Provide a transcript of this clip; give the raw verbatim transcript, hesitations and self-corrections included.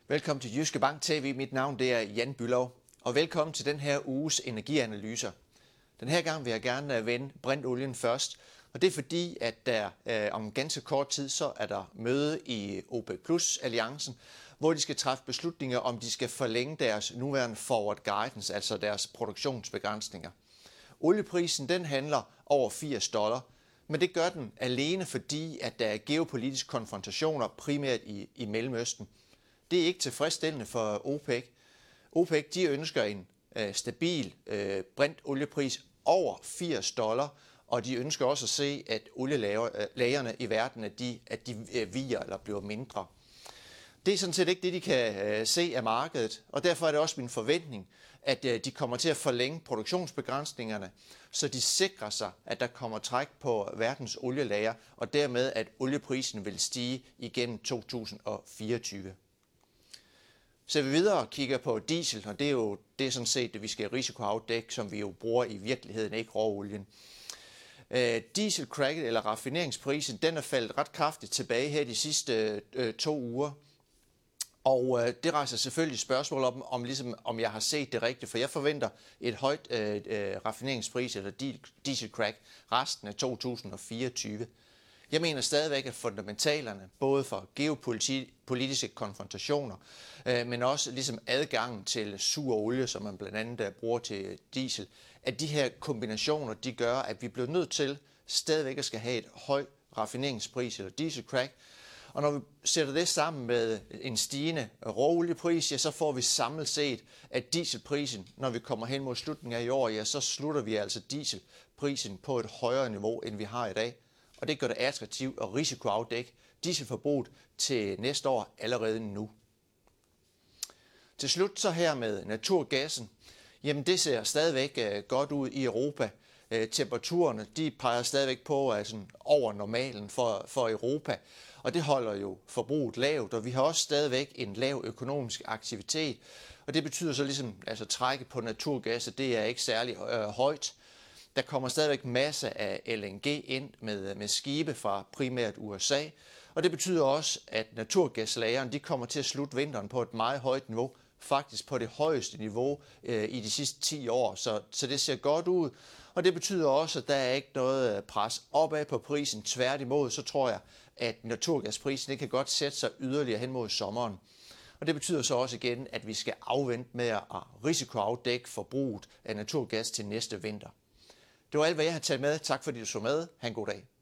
Velkommen til Jyske Bank T V. Mit navn det er Jan Bülow, og velkommen til den her uges energianalyser. Den her gang vil jeg gerne vende brintolien først, og det er fordi, at der øh, om ganske kort tid så er der møde i OPEC plus alliancen, hvor de skal træffe beslutninger om de skal forlænge deres nuværende forward guidance, altså deres produktionsbegrænsninger. Olieprisen den handler over firs dollar, men det gør den alene fordi, at der er geopolitiske konfrontationer primært i, i Mellemøsten. Det er ikke tilfredsstillende for OPEC. OPEC de ønsker en øh, stabil øh, brintoliepris over firs dollar, og de ønsker også at se, at olielagrene i verden at de, at de øh, viger eller bliver mindre. Det er sådan set ikke det, de kan øh, se af markedet, og derfor er det også min forventning, at øh, de kommer til at forlænge produktionsbegrænsningerne, så de sikrer sig, at der kommer træk på verdens olielager, og dermed at olieprisen vil stige igennem to tusind og fireogtyve. Så vi videre og kigger på diesel, og det er jo det er sådan set, det vi skal risikoafdække, som vi jo bruger i virkeligheden, ikke råolien. Øh, dieselcracket eller raffineringsprisen, den er faldet ret kraftigt tilbage her de sidste øh, to uger. Og øh, det rejser selvfølgelig spørgsmål om, om, ligesom, om jeg har set det rigtigt, for jeg forventer et højt øh, øh, raffineringspris eller dieselcrack resten af to tusind og fireogtyve. Jeg mener stadigvæk, at fundamentalerne, både for geopolitiske konfrontationer, øh, men også ligesom adgangen til sur olie, som man blandt andet bruger til diesel, at de her kombinationer, de gør, at vi bliver nødt til stadigvæk at skal have et højt raffineringspris eller dieselcrack. Og når vi sætter det sammen med en stigende råoliepris, ja, så får vi samlet set, at dieselprisen, når vi kommer hen mod slutningen af i år, ja, så slutter vi altså dieselprisen på et højere niveau, end vi har i dag. Og det gør det attraktivt at risikoafdække dieselforbruget til næste år allerede nu. Til slut så her med naturgassen. Jamen det ser stadigvæk godt ud i Europa. Temperaturerne de peger stadigvæk på altså over normalen for, for Europa. Og det holder jo forbruget lavt, og vi har også stadigvæk en lav økonomisk aktivitet. Og det betyder så ligesom, altså trækket på naturgas, det er ikke særlig øh, højt. Der kommer stadigvæk masser af L N G ind med, med skibe fra primært U S A, og det betyder også, at naturgaslagerne de kommer til at slutte vinteren på et meget højt niveau, faktisk på det højeste niveau øh, i de sidste ti år, så, så det ser godt ud. Og det betyder også, at der er ikke noget pres opad på prisen. Tværtimod, så tror jeg, at naturgasprisen det kan godt sætte sig yderligere hen mod sommeren. Og det betyder så også igen, at vi skal afvente med at risikoafdække forbruget af naturgas til næste vinter. Det var alt, hvad jeg har taget med. Tak fordi du så med. Ha' en god dag.